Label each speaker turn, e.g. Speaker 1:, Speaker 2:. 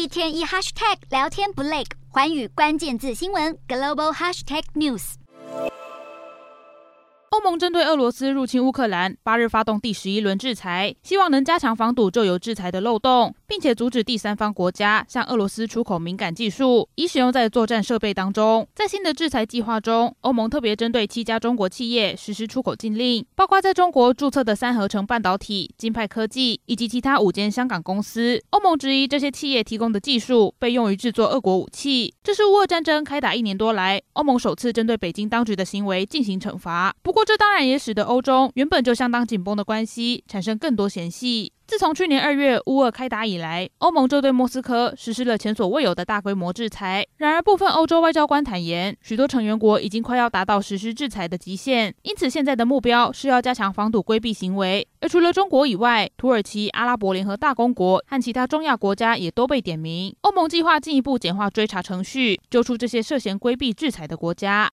Speaker 1: 一天一 hashtag 聊天不累，寰宇关键字新闻 global hashtag news。
Speaker 2: 欧盟针对俄罗斯入侵乌克兰8日发动第11轮制裁，希望能加强防堵旧有制裁的漏洞，并且阻止第三方国家向俄罗斯出口敏感技术，以使用在作战设备当中。在新的制裁计划中，欧盟特别针对7家中国企业实施出口禁令，包括在中国注册的3合成半导体、金派科技以及其他5间香港公司。欧盟质疑这些企业提供的技术被用于制作俄国武器，这是乌俄战争开打1年多来，欧盟首次针对北京当局的行为进行惩罚。不过这当然也使得欧中原本就相当紧绷的关系产生更多嫌隙。自从去年2月乌俄开打以来，欧盟就对莫斯科实施了前所未有的大规模制裁。然而部分欧洲外交官坦言，许多成员国已经快要达到实施制裁的极限，因此现在的目标是要加强防堵规避行为。而除了中国以外，土耳其、阿拉伯联合大公国和其他中亚国家也都被点名。欧盟计划进一步简化追查程序，揪出这些涉嫌规避制裁的国家。